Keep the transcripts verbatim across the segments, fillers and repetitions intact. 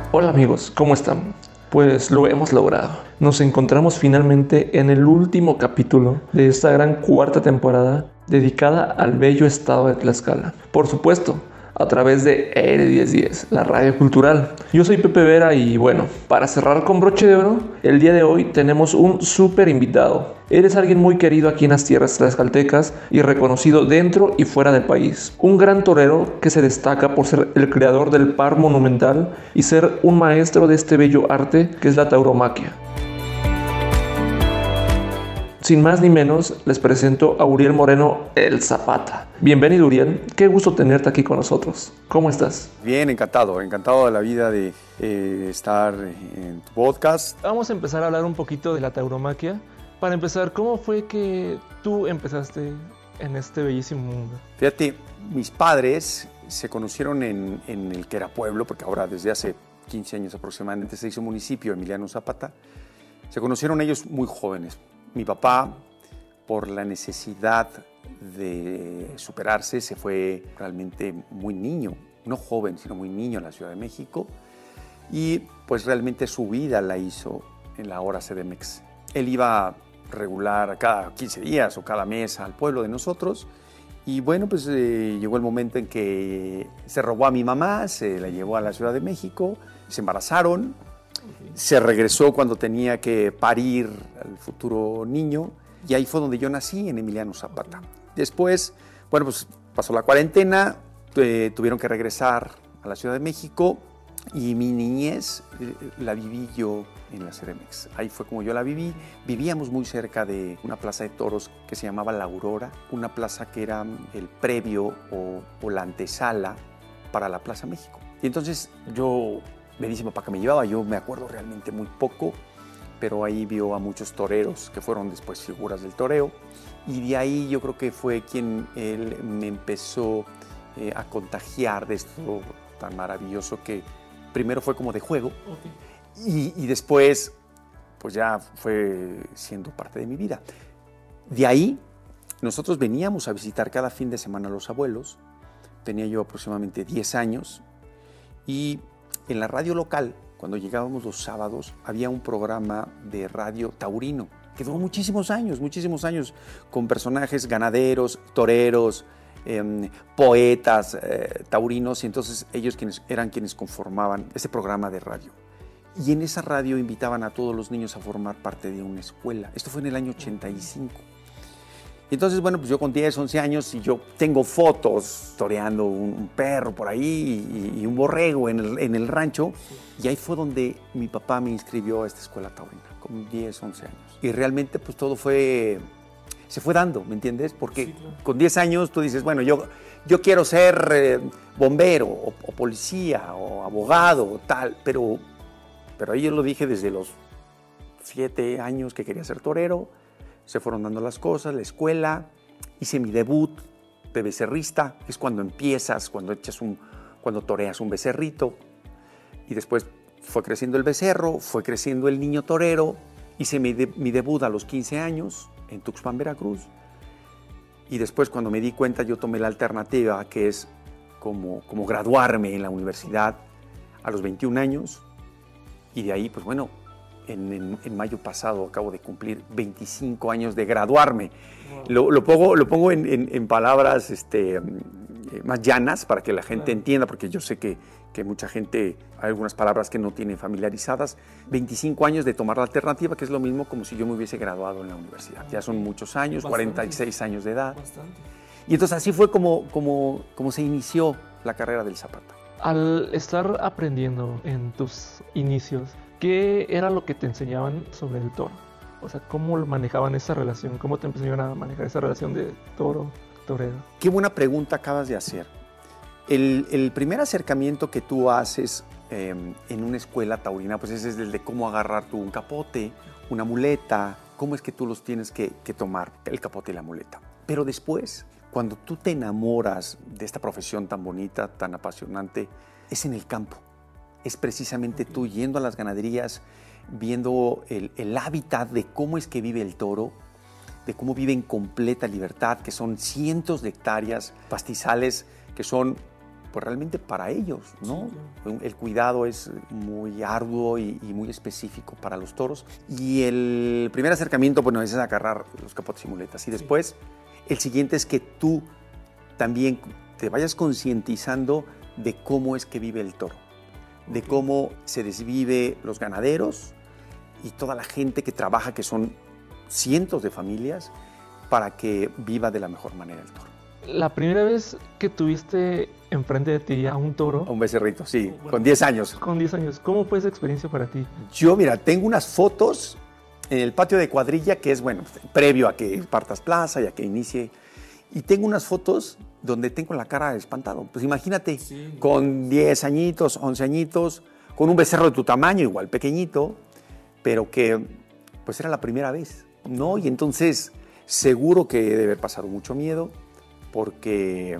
Hola amigos, ¿cómo están? Pues lo hemos logrado. Nos encontramos finalmente en el último capítulo de esta gran cuarta temporada dedicada al bello estado de Tlaxcala. Por supuesto, a través de R diez diez, la radio cultural. Yo soy Pepe Vera y bueno, para cerrar con broche de oro, el día de hoy tenemos un súper invitado. Eres alguien muy querido aquí en las tierras tlaxcaltecas y reconocido dentro y fuera del país. Un gran torero que se destaca por ser el creador del par monumental y ser un maestro de este bello arte que es la tauromaquia. Sin más ni menos, les presento a Uriel Moreno, el Zapata. Bienvenido, Uriel. Qué gusto tenerte aquí con nosotros. ¿Cómo estás? Bien, encantado. Encantado de la vida de eh, estar en tu podcast. Vamos a empezar a hablar un poquito de la tauromaquia. Para empezar, ¿cómo fue que tú empezaste en este bellísimo mundo? Fíjate, mis padres se conocieron en, en el que era pueblo, porque ahora desde hace quince años aproximadamente se hizo municipio, Emiliano Zapata. Se conocieron ellos muy jóvenes. Mi papá, por la necesidad de superarse, se fue realmente muy niño, no joven, sino muy niño a la Ciudad de México, y pues realmente su vida la hizo en la hora C D M X. Él iba regular cada quince días o cada mes al pueblo de nosotros, y bueno, pues eh, llegó el momento en que se robó a mi mamá, se la llevó a la Ciudad de México, se embarazaron. Se regresó cuando tenía que parir al futuro niño y ahí fue donde yo nací, en Emiliano Zapata. Después, bueno, pues pasó la cuarentena, eh, tuvieron que regresar a la Ciudad de México y mi niñez eh, la viví yo en la C D M X. Ahí fue como yo la viví. Vivíamos muy cerca de una plaza de toros que se llamaba La Aurora, una plaza que era el previo o, o la antesala para la Plaza México. Y entonces yo... me dice papá que me llevaba, yo me acuerdo realmente muy poco, pero ahí vio a muchos toreros que fueron después figuras del toreo y de ahí yo creo que fue quien él me empezó eh, a contagiar de esto tan maravilloso que primero fue como de juego okay. y, y después pues ya fue siendo parte de mi vida. De ahí nosotros veníamos a visitar cada fin de semana a los abuelos, tenía yo aproximadamente diez años y en la radio local, cuando llegábamos los sábados, había un programa de radio taurino que duró muchísimos años, muchísimos años, con personajes ganaderos, toreros, eh, poetas, eh, taurinos, y entonces ellos quienes, eran quienes conformaban ese programa de radio. Y en esa radio invitaban a todos los niños a formar parte de una escuela. Esto fue en el año ochenta y cinco. Y entonces, bueno, pues yo con diez, once años y yo tengo fotos toreando un, un perro por ahí y, y un borrego en el, en el rancho. Y ahí fue donde mi papá me inscribió a esta escuela taurina, con diez, once años. Y realmente, pues todo fue, se fue dando, ¿me entiendes? Porque sí, claro. Con diez años tú dices, bueno, yo, yo quiero ser eh, bombero o, o policía o abogado o tal, pero, pero ahí yo lo dije desde los siete años que quería ser torero. Se fueron dando las cosas, la escuela, hice mi debut de becerrista, es cuando empiezas, cuando echas un, cuando toreas un becerrito, y después fue creciendo el becerro, fue creciendo el niño torero, hice mi, de, mi debut a los quince años en Tuxpan, Veracruz, y después cuando me di cuenta yo tomé la alternativa que es como, como graduarme en la universidad a los veintiún años, y de ahí pues bueno, En, en, en mayo pasado acabo de cumplir veinticinco años de graduarme. Wow. Lo, lo pongo, lo pongo en, en, en palabras este, más llanas para que la gente claro. entienda, porque yo sé que, que mucha gente, hay algunas palabras que no tienen familiarizadas. veinticinco años de tomar la alternativa, que es lo mismo como si yo me hubiese graduado en la universidad. Ya son muchos años, bastante. cuarenta y seis años de edad. Bastante. Y entonces así fue como, como, como se inició la carrera del Zapata. Al estar aprendiendo en tus inicios, ¿qué era lo que te enseñaban sobre el toro? O sea, ¿cómo manejaban esa relación? ¿Cómo te enseñaron a manejar esa relación de toro-torero? Qué buena pregunta acabas de hacer. El, el primer acercamiento que tú haces eh, en una escuela taurina, pues es el de cómo agarrar tú un capote, una muleta, cómo es que tú los tienes que, que tomar, el capote y la muleta. Pero después, cuando tú te enamoras de esta profesión tan bonita, tan apasionante, es en el campo. Es precisamente tú yendo a las ganaderías, viendo el, el hábitat de cómo es que vive el toro, de cómo vive en completa libertad, que son cientos de hectáreas, pastizales que son pues realmente para ellos, ¿no? Sí. El cuidado es muy arduo y, y muy específico para los toros. Y el primer acercamiento, bueno, es agarrar los capotes y muletas. Y después, sí. el siguiente es que tú también te vayas concientizando de cómo es que vive el toro, de okay. cómo se desvive los ganaderos y toda la gente que trabaja, que son cientos de familias, para que viva de la mejor manera el toro. La primera vez que tuviste enfrente de ti a un toro... A un becerrito, sí, bueno, con diez años. Con diez años. ¿Cómo fue esa experiencia para ti? Yo, mira, tengo unas fotos en el patio de cuadrilla, que es, bueno, previo a que partas plaza y a que inicie. Y tengo unas fotos donde tengo la cara espantado. Pues imagínate, sí. con diez añitos, once añitos, con un becerro de tu tamaño, igual pequeñito, pero que pues era la primera vez, ¿no? Y entonces seguro que debe haber pasado mucho miedo, porque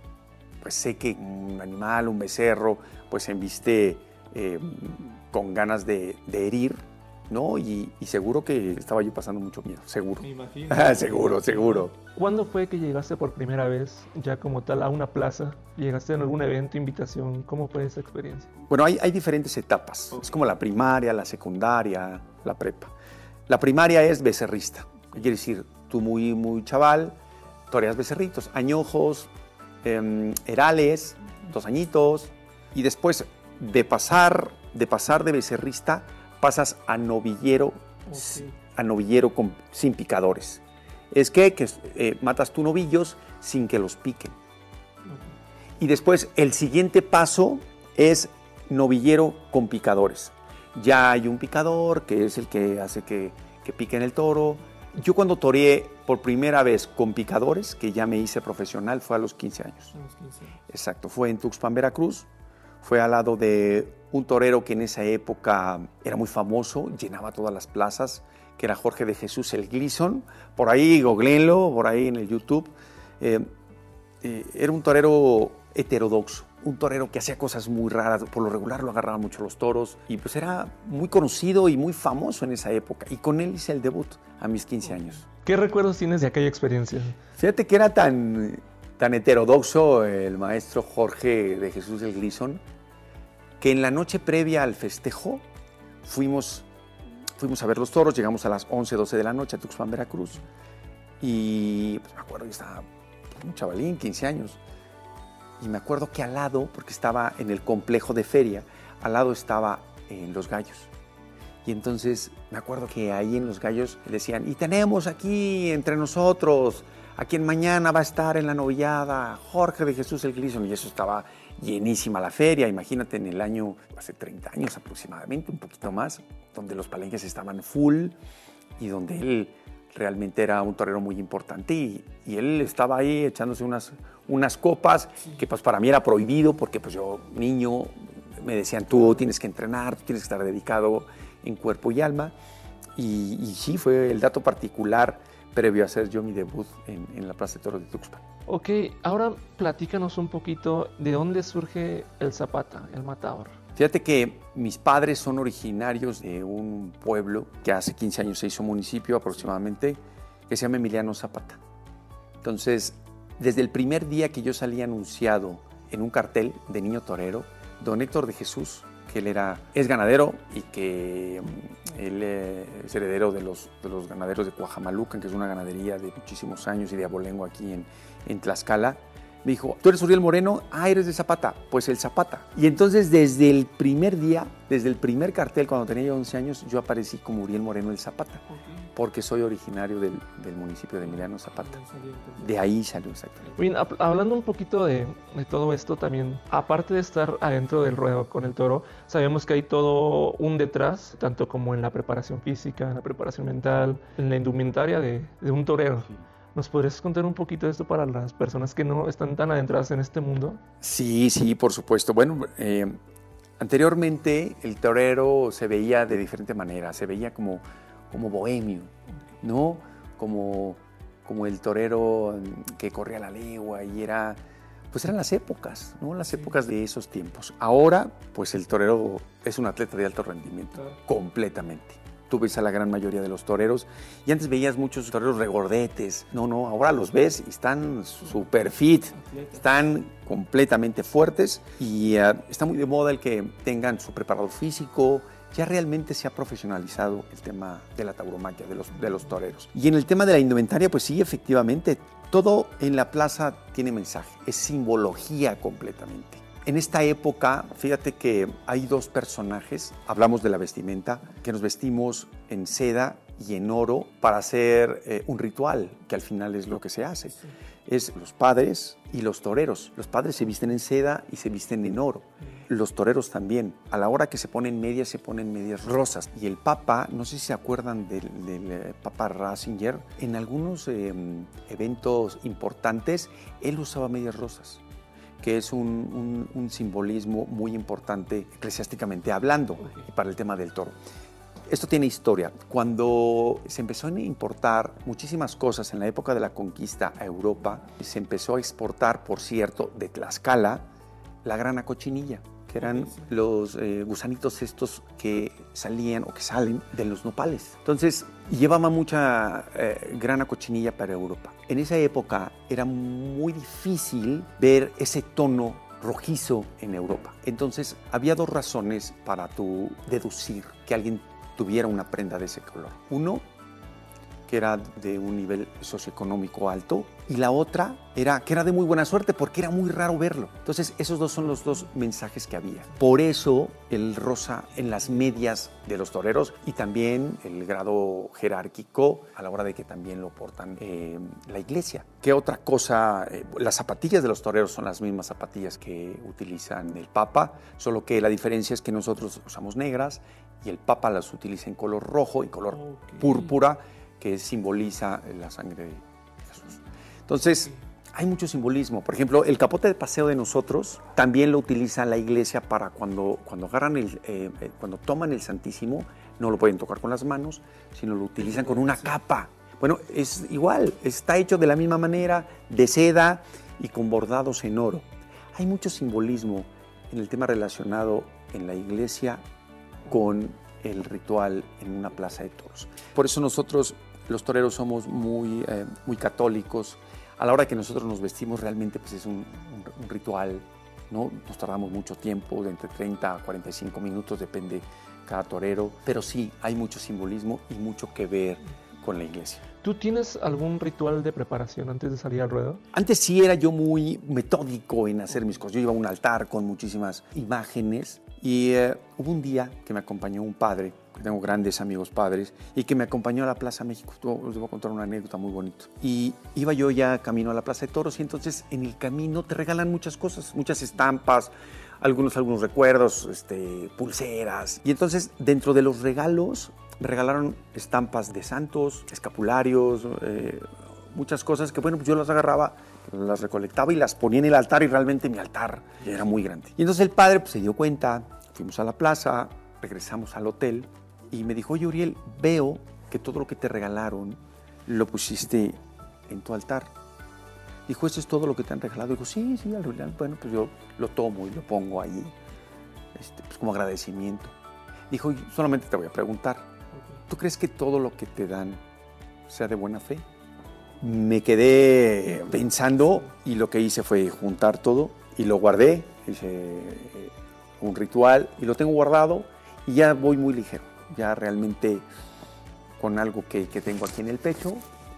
pues sé que un animal, un becerro, pues se embiste eh, con ganas de, de herir, ¿no? Y, y seguro que estaba yo pasando mucho miedo, seguro. Me imagino. Ah, seguro, seguro. ¿Cuándo fue que llegaste por primera vez, ya como tal, a una plaza? ¿Llegaste en algún evento, invitación? ¿Cómo fue esa experiencia? Bueno, hay, hay diferentes etapas. Okay. Es como la primaria, la secundaria, la prepa. La primaria es becerrista. ¿Qué quiere decir? Tú muy, muy chaval, toreas becerritos, añojos, eh, herales, dos añitos, y después de pasar de, pasar de becerrista pasas a novillero, okay. a novillero con, sin picadores. Es que, que eh, matas tus novillos sin que los piquen. Okay. Y después el siguiente paso es novillero con picadores. Ya hay un picador que es el que hace que, que piquen el toro. Yo cuando toreé por primera vez con picadores, que ya me hice profesional, fue a los quince años. A los quince. Exacto, fue en Tuxpan, Veracruz. Fue al lado de un torero que en esa época era muy famoso, llenaba todas las plazas, que era Jorge de Jesús el Gleason. Por ahí, googleenlo, por ahí en el YouTube. Eh, eh, era un torero heterodoxo, un torero que hacía cosas muy raras. Por lo regular lo agarraban mucho los toros y pues era muy conocido y muy famoso en esa época. Y con él hice el debut a mis quince años. ¿Qué recuerdos tienes de aquella experiencia? Fíjate que era tan, tan heterodoxo el maestro Jorge de Jesús el Gleason, que en la noche previa al festejo fuimos, fuimos a ver los toros. Llegamos a las once, doce de la noche a Tuxpan, Veracruz. Y pues me acuerdo que estaba un chavalín, quince años. Y me acuerdo que al lado, porque estaba en el complejo de feria, al lado estaba en Los Gallos. Y entonces me acuerdo que ahí en Los Gallos decían, y tenemos aquí entre nosotros, a quien mañana va a estar en la novillada, Jorge de Jesús el Gleason. Y eso estaba llenísima la feria. Imagínate en el año, hace treinta años aproximadamente, un poquito más, donde los palenques estaban full y donde él realmente era un torero muy importante. Y, y él estaba ahí echándose unas, unas copas, sí. que pues para mí era prohibido, porque pues yo, niño, me decían, tú tienes que entrenar, tú tienes que estar dedicado en cuerpo y alma. Y, y sí, fue el dato particular previo a hacer yo mi debut en, en la Plaza de Toros de Tuxpan. Ok, ahora platícanos un poquito de dónde surge el Zapata, el matador. Fíjate que mis padres son originarios de un pueblo que hace quince años se hizo municipio aproximadamente, que se llama Emiliano Zapata. Entonces, desde el primer día que yo salí anunciado en un cartel de niño torero, don Héctor de Jesús, que él era, es ganadero y que um, él eh, es heredero de los, de los ganaderos de Coajamalucan, que es una ganadería de muchísimos años, y de abolengo aquí en, en Tlaxcala. Me dijo, ¿tú eres Uriel Moreno? Ah, eres de Zapata. Pues el Zapata. Y entonces desde el primer día, desde el primer cartel, cuando tenía yo once años, yo aparecí como Uriel Moreno el Zapata. Okay. Porque soy originario del, del municipio de Emiliano Zapata. De ahí salió exactamente. Bien, hablando un poquito de, de todo esto también, aparte de estar adentro del ruedo con el toro, sabemos que hay todo un detrás, tanto como en la preparación física, en la preparación mental, en la indumentaria de, de un torero. Sí. ¿Nos podrías contar un poquito de esto para las personas que no están tan adentradas en este mundo? Sí, sí, por supuesto. Bueno, eh, anteriormente el torero se veía de diferente manera, se veía como, como bohemio, ¿no? Como, como el torero que corría la legua y era, pues eran las épocas, ¿no? Las épocas de esos tiempos. Ahora, pues el torero es un atleta de alto rendimiento, claro. Completamente. tú ves a la gran mayoría de los toreros y antes veías muchos toreros regordetes. No, no, ahora los ves y están super fit, están completamente fuertes y uh, está muy de moda el que tengan su preparado físico. Ya realmente se ha profesionalizado el tema de la tauromaquia, de los, de los toreros. Y en el tema de la indumentaria, pues sí, efectivamente, todo en la plaza tiene mensaje, es simbología completamente. En esta época, fíjate que hay dos personajes, hablamos de la vestimenta, que nos vestimos en seda y en oro para hacer eh, un ritual, que al final es lo que se hace. Sí. Es los padres y los toreros. Los padres se visten en seda y se visten en oro. Los toreros también. A la hora que se ponen medias, se ponen medias rosas. Y el Papa, no sé si se acuerdan del, del Papa Ratzinger, en algunos eh, eventos importantes, él usaba medias rosas, que es un, un, un simbolismo muy importante eclesiásticamente hablando, okay, para el tema del toro. Esto tiene historia. Cuando se empezó a importar muchísimas cosas en la época de la conquista a Europa, se empezó a exportar, por cierto, de Tlaxcala, la grana cochinilla, que eran los eh, gusanitos estos que salían o que salen de los nopales. Entonces, llevaba mucha eh, grana cochinilla para Europa. En esa época era muy difícil ver ese tono rojizo en Europa. Entonces, había dos razones para tú deducir que alguien tuviera una prenda de ese color. Uno, que era de un nivel socioeconómico alto, y la otra era que era de muy buena suerte porque era muy raro verlo. Entonces, esos dos son los dos mensajes que había. Por eso, el rosa en las medias de los toreros y también el grado jerárquico a la hora de que también lo portan eh, la iglesia. ¿Qué otra cosa? Eh, las zapatillas de los toreros son las mismas zapatillas que utilizan el Papa, solo que la diferencia es que nosotros usamos negras y el Papa las utiliza en color rojo y color okay. púrpura, que simboliza la sangre de Jesús. Entonces, hay mucho simbolismo. Por ejemplo, el capote de paseo de nosotros también lo utiliza la iglesia para cuando, cuando, agarran el, eh, cuando toman el Santísimo, no lo pueden tocar con las manos, sino lo utilizan con una capa. Bueno, es igual, está hecho de la misma manera, de seda y con bordados en oro. Hay mucho simbolismo en el tema relacionado en la iglesia con el ritual en una plaza de toros. Por eso nosotros, los toreros, somos muy, eh, muy católicos. A la hora que nosotros nos vestimos, realmente pues, es un, un, un ritual, ¿no? Nos tardamos mucho tiempo, de entre treinta a cuarenta y cinco minutos, depende cada torero. Pero sí, hay mucho simbolismo y mucho que ver con la iglesia. ¿Tú tienes algún ritual de preparación antes de salir al ruedo? Antes sí era yo muy metódico en hacer mis cosas. Yo iba a un altar con muchísimas imágenes y eh, hubo un día que me acompañó un padre, que tengo grandes amigos padres, y que me acompañó a la Plaza México. Les voy a contar una anécdota muy bonita. Y iba yo ya camino a la Plaza de Toros y entonces en el camino te regalan muchas cosas, muchas estampas, algunos, algunos recuerdos, este, pulseras. Y entonces dentro de los regalos me regalaron estampas de santos, escapularios, eh, muchas cosas que, bueno, pues yo las agarraba, las recolectaba y las ponía en el altar, y realmente mi altar era muy grande. Y entonces el padre pues, se dio cuenta, fuimos a la plaza, regresamos al hotel y me dijo: oye, Uriel, veo que todo lo que te regalaron lo pusiste en tu altar. Dijo: ¿eso es todo lo que te han regalado? Dijo: sí, sí, al realidad, bueno, pues yo lo tomo y lo pongo ahí, este, pues como agradecimiento. Dijo: solamente te voy a preguntar, ¿tú crees que todo lo que te dan sea de buena fe? Me quedé pensando y lo que hice fue juntar todo y lo guardé, hice un ritual y lo tengo guardado y ya voy muy ligero, ya realmente con algo que, que tengo aquí en el pecho,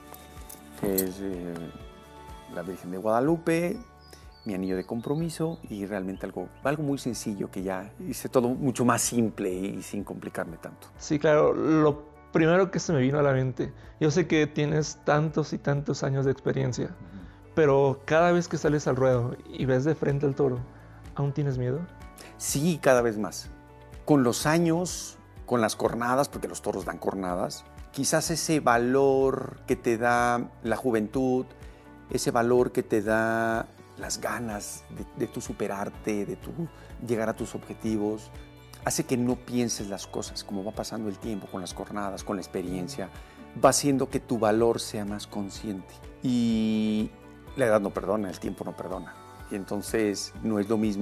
que es eh, la Virgen de Guadalupe, mi anillo de compromiso y realmente algo, algo muy sencillo, que ya hice todo mucho más simple y sin complicarme tanto. Sí, claro, lo primero que se me vino a la mente, yo sé que tienes tantos y tantos años de experiencia, uh-huh. pero cada vez que sales al ruedo y ves de frente al toro, ¿aún tienes miedo? Sí, cada vez más. Con los años, con las cornadas, porque los toros dan cornadas, quizás ese valor que te da la juventud, ese valor que te da las ganas de, de tu superarte, de tu llegar a tus objetivos, hace que no pienses las cosas. Como va pasando el tiempo con las cornadas, con la experiencia, va haciendo que tu valor sea más consciente. Y la edad no perdona, el tiempo no perdona. Y entonces no es lo mismo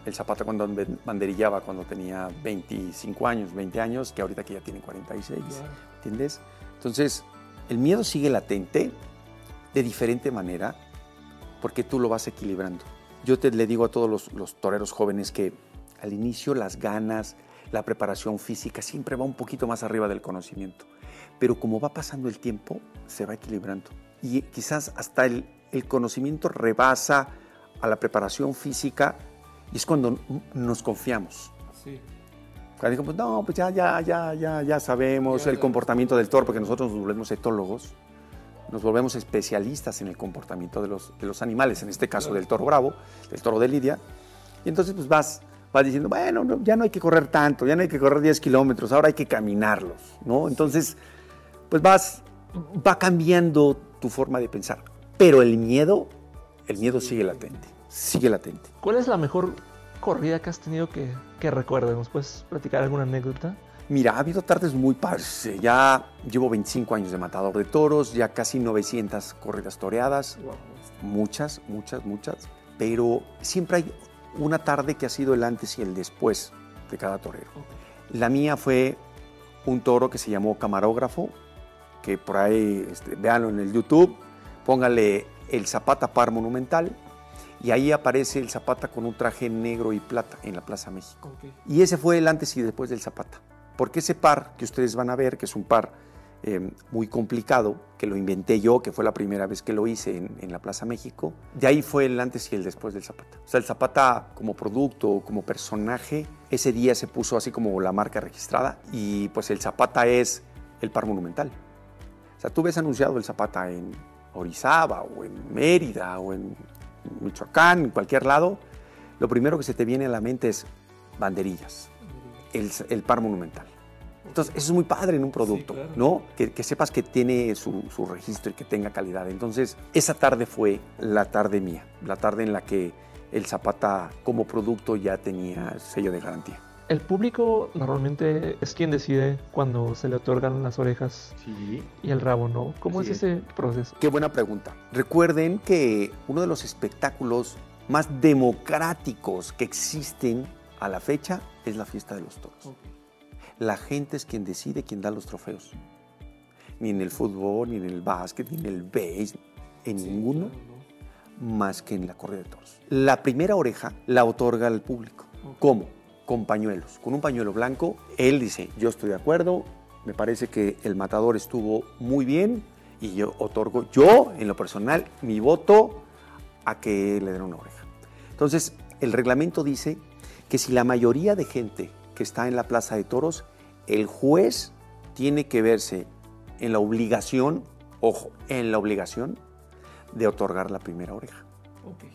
el Zapata cuando banderillaba cuando tenía veinticinco años, veinte años, que ahorita que ya tiene cuarenta y seis, claro. ¿Entiendes? Entonces, el miedo sigue latente de diferente manera porque tú lo vas equilibrando. Yo te le digo a todos los, los toreros jóvenes que al inicio las ganas, la preparación física siempre va un poquito más arriba del conocimiento, pero como va pasando el tiempo, se va equilibrando. Y quizás hasta el, el conocimiento rebasa a la preparación física y es cuando nos confiamos. Sí. Cuando digamos, no, pues ya, ya, ya, ya, ya sabemos ya, el ya. comportamiento del toro, porque nosotros nos volvemos etólogos, nos volvemos especialistas en el comportamiento de los, de los animales, en este caso claro. del toro bravo, del toro de lidia, y entonces pues vas, vas diciendo, bueno, no, ya no hay que correr tanto, ya no hay que correr diez kilómetros, ahora hay que caminarlos, ¿no? Entonces, pues vas, va cambiando tu forma de pensar, pero el miedo, el miedo sigue latente, sigue latente. ¿Cuál es la mejor corrida que has tenido que, que recuerdes? ¿Nos puedes platicar alguna anécdota? Mira, ha habido tardes muy padres. Ya llevo veinticinco años de matador de toros, ya casi novecientas corridas toreadas, wow. muchas, muchas, muchas, pero siempre hay una tarde que ha sido el antes y el después de cada torero. Okay. La mía fue un toro que se llamó Camarógrafo, que por ahí, este, véanlo en el YouTube, póngale el Zapata Par Monumental, y ahí aparece el Zapata con un traje negro y plata en la Plaza México. Okay. Y ese fue el antes y después del Zapata. Porque ese par que ustedes van a ver, que es un par eh, muy complicado, que lo inventé yo, que fue la primera vez que lo hice en, en la Plaza México, de ahí fue el antes y el después del Zapata. O sea, el Zapata como producto, como personaje, ese día se puso así como la marca registrada y pues el Zapata es el par monumental. O sea, tú ves anunciado el Zapata en Orizaba o en Mérida o en Michoacán, en cualquier lado, lo primero que se te viene a la mente es banderillas. El, el par monumental. Entonces, eso es muy padre en un producto, sí, claro. ¿no? Que, que sepas que tiene su, su registro y que tenga calidad. Entonces, esa tarde fue la tarde mía, la tarde en la que el Zapata como producto ya tenía sello de garantía. El público normalmente es quien decide cuando se le otorgan las orejas sí. y el rabo, ¿no? ¿Cómo sí. es ese proceso? Qué buena pregunta. Recuerden que uno de los espectáculos más democráticos que existen a la fecha es la fiesta de los toros. Okay. La gente es quien decide quién da los trofeos. Ni en el fútbol, ni en el básquet, ni en el béis, en sí, ninguno, claro, no. más que en la corrida de toros. La primera oreja la otorga al público. Okay. ¿Cómo? Con pañuelos. Con un pañuelo blanco, él dice, yo estoy de acuerdo, me parece que el matador estuvo muy bien y yo otorgo, yo, en lo personal, mi voto a que le den una oreja. Entonces, el reglamento dice que si la mayoría de gente que está en la plaza de toros, el juez tiene que verse en la obligación, ojo, en la obligación de otorgar la primera oreja. Okay.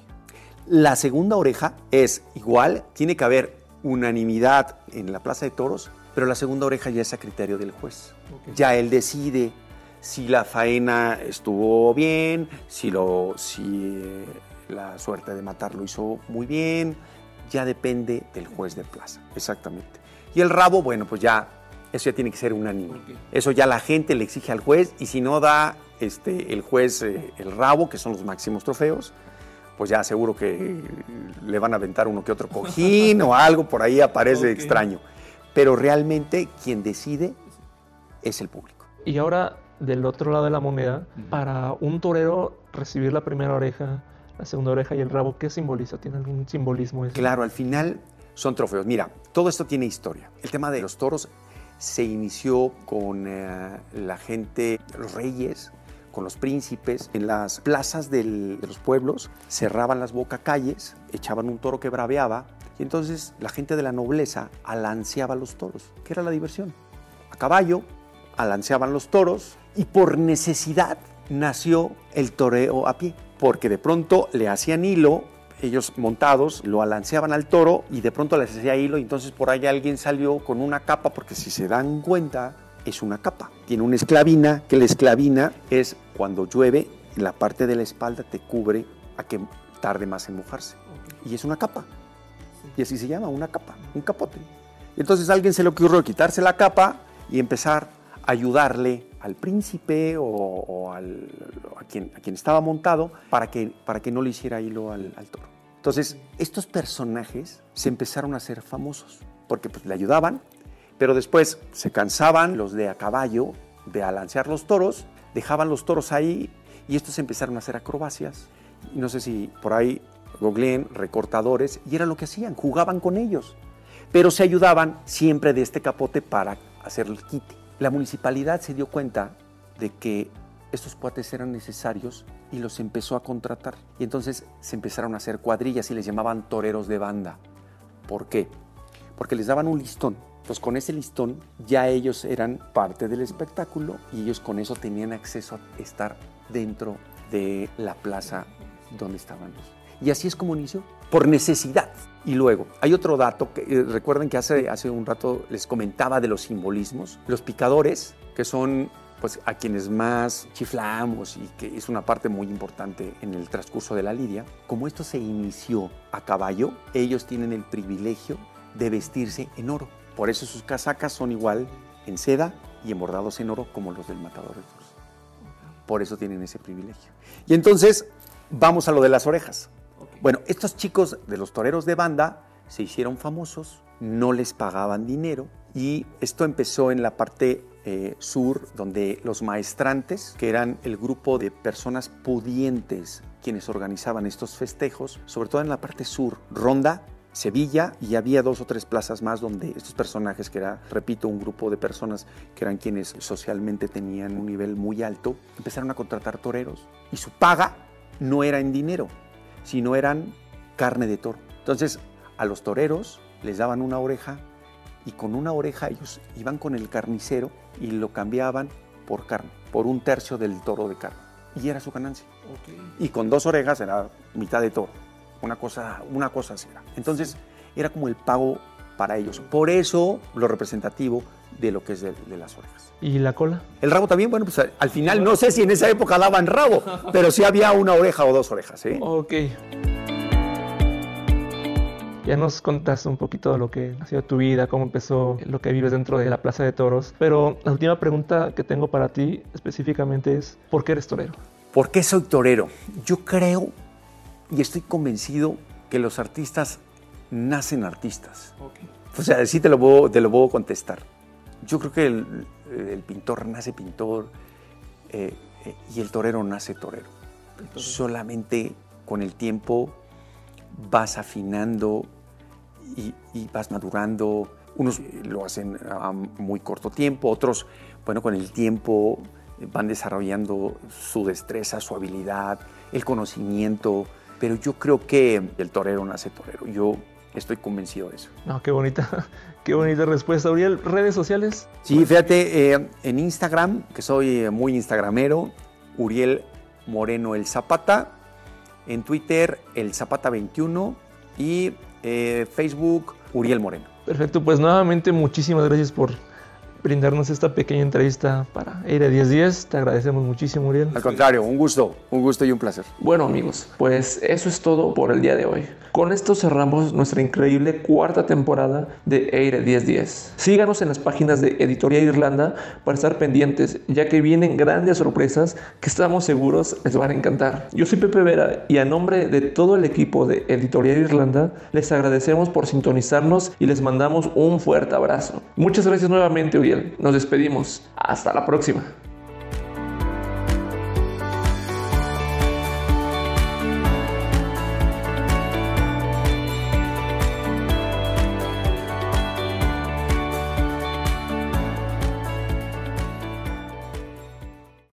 La segunda oreja es igual, tiene que haber unanimidad en la plaza de toros, pero la segunda oreja ya es a criterio del juez. Okay. Ya él decide si la faena estuvo bien, si, lo, si eh, la suerte de matar lo hizo muy bien, ya depende del juez de plaza, exactamente. Y el rabo, bueno, pues ya, eso ya tiene que ser unánime. Okay. Eso ya la gente le exige al juez y si no da este, el juez eh, el rabo, que son los máximos trofeos, pues ya seguro que le van a aventar uno que otro cojín o algo, por ahí aparece okay. extraño. Pero realmente quien decide es el público. Y ahora, del otro lado de la moneda, uh-huh. para un torero recibir la primera oreja, la segunda oreja y el rabo, ¿qué simboliza? ¿Tiene algún simbolismo ese? Claro, al final son trofeos. Mira, todo esto tiene historia. El tema de los toros se inició con eh, la gente, los reyes, con los príncipes. En las plazas del, de los pueblos cerraban las bocacalles, echaban un toro que braveaba y entonces la gente de la nobleza alanceaba los toros, que era la diversión. A caballo alanceaban los toros y por necesidad nació el toreo a pie, porque de pronto le hacían hilo, ellos montados lo alanceaban al toro y de pronto les hacía hilo y entonces por ahí alguien salió con una capa, porque si se dan cuenta es una capa, tiene una esclavina, que la esclavina es cuando llueve, la parte de la espalda te cubre a que tarde más en mojarse y es una capa y así se llama, una capa, un capote. Y entonces a alguien se le ocurrió quitarse la capa y empezar a ayudarle al príncipe o, o al, a, quien, a quien estaba montado para que, para que no le hiciera hilo al, al toro. Entonces, estos personajes se empezaron a hacer famosos porque pues, le ayudaban, pero después se cansaban los de a caballo de alancear los toros, dejaban los toros ahí y estos empezaron a hacer acrobacias. Y no sé si por ahí googleen recortadores y era lo que hacían, jugaban con ellos, pero se ayudaban siempre de este capote para hacer el quite. La municipalidad se dio cuenta de que estos cuates eran necesarios y los empezó a contratar. Y entonces se empezaron a hacer cuadrillas y les llamaban toreros de banda. ¿Por qué? Porque les daban un listón. Entonces con ese listón ya ellos eran parte del espectáculo y ellos con eso tenían acceso a estar dentro de la plaza donde estaban los. Y así es como inició, por necesidad. Y luego, hay otro dato, que eh, recuerden que hace, hace un rato les comentaba de los simbolismos. Los picadores, que son pues, a quienes más chiflamos y que es una parte muy importante en el transcurso de la lidia, como esto se inició a caballo, ellos tienen el privilegio de vestirse en oro. Por eso sus casacas son igual en seda y embordados en oro como los del matador de toros. Por eso tienen ese privilegio. Y entonces, vamos a lo de las orejas. Bueno, estos chicos de los toreros de banda se hicieron famosos, no les pagaban dinero y esto empezó en la parte eh, sur, donde los maestrantes, que eran el grupo de personas pudientes quienes organizaban estos festejos, sobre todo en la parte sur, Ronda, Sevilla, y había dos o tres plazas más donde estos personajes, que era, repito, un grupo de personas que eran quienes socialmente tenían un nivel muy alto, empezaron a contratar toreros y su paga no era en dinero, sino eran carne de toro. Entonces, a los toreros les daban una oreja y con una oreja ellos iban con el carnicero y lo cambiaban por carne, por un tercio del toro de carne. Y era su ganancia. Okay. Y con dos orejas era mitad de toro. Una cosa, una cosa así era. Entonces, era como el pago para ellos. Por eso, lo representativo de lo que es de, de las orejas. ¿Y la cola? El rabo también, bueno, pues al final no sé si en esa época daban rabo, pero sí había una oreja o dos orejas, ¿eh? Ok. Ya nos contaste un poquito de lo que ha sido tu vida, cómo empezó, lo que vives dentro de la Plaza de Toros, pero la última pregunta que tengo para ti específicamente es, ¿por qué eres torero? ¿Por qué soy torero? Yo creo y estoy convencido que los artistas nacen artistas. Okay. O sea, sí te lo puedo, te lo puedo contestar. Yo creo que el, el pintor nace pintor eh, eh, y el torero nace torero. Entonces, solamente con el tiempo vas afinando y, y vas madurando. Unos lo hacen a muy corto tiempo, otros, bueno, con el tiempo van desarrollando su destreza, su habilidad, el conocimiento. Pero yo creo que el torero nace torero. Yo estoy convencido de eso. No, qué bonita, qué bonita respuesta. Uriel, ¿redes sociales? Sí, fíjate, eh, en Instagram, que soy muy instagramero, Uriel Moreno el Zapata. En Twitter, el Zapata veintiuno. Y eh, Facebook, Uriel Moreno. Perfecto, pues nuevamente muchísimas gracias por brindarnos esta pequeña entrevista para Eire diez diez. Te agradecemos muchísimo, Uriel. Al contrario, un gusto, un gusto y un placer. Bueno, amigos, pues eso es todo por el día de hoy. Con esto cerramos nuestra increíble cuarta temporada de Eire diez diez. Síganos en las páginas de Editorial Irlanda para estar pendientes, ya que vienen grandes sorpresas que estamos seguros les van a encantar. Yo soy Pepe Vera y a nombre de todo el equipo de Editorial Irlanda les agradecemos por sintonizarnos y les mandamos un fuerte abrazo. Muchas gracias nuevamente, Uriel. Nos despedimos. Hasta la próxima.